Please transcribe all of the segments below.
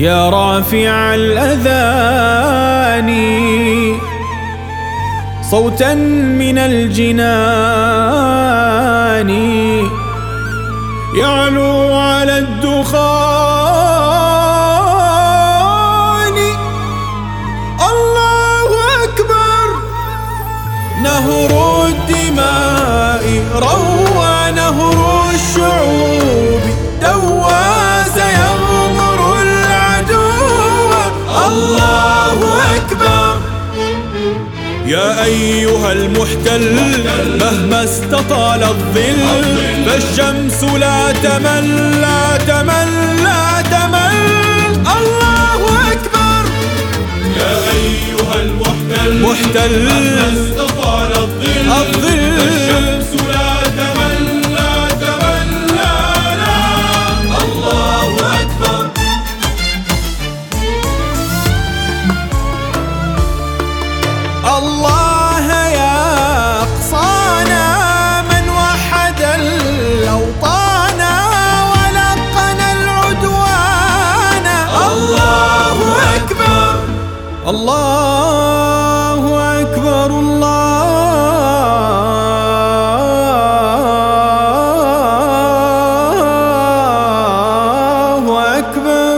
يا رافع الأذان صوتا من الجنان يعلو على الدخان. الله أكبر. نهر الدماء روى، نهر الشعوب دوى، سيغمر العدو. الله أكبر. يا أيها المحتل مهما استطال الظل، فالشمس لا تمل لا تمل لا تمل. الله أكبر. يا أيها المحتل مهما استطال الظل، فالشمس لا تمل لا تمل لا لا. الله أكبر. الله يا أقصانا من وحد الأوطان ولقن العدوان. الله أكبر. الله أكبر. الله أكبر.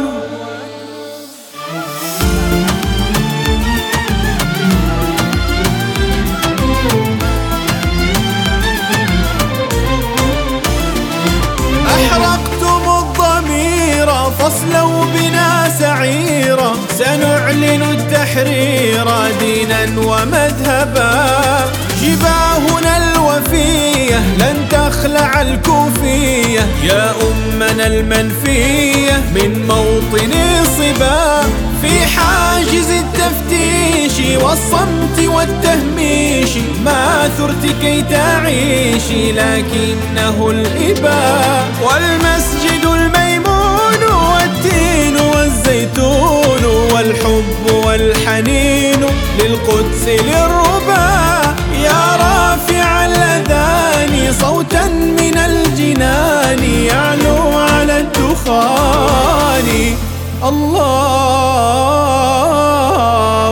أحرقتم الضمير فاصلوا بنا سعيرا، سنعلن التحرير دينا ومذهبا. جباهنا الوفية لن تخلع الكوفية، يا أمنا المنفية من موطن صبا. في حاجز التفتيش والصمت والتهميش ما ثرت كي تعيشي، لكنه الإباء والمسجد الميمون والتين والزيتون والحب والحنين للقدس للربا. يا رافع الأذان صوتا من الجنان يعلو على الدخان. الله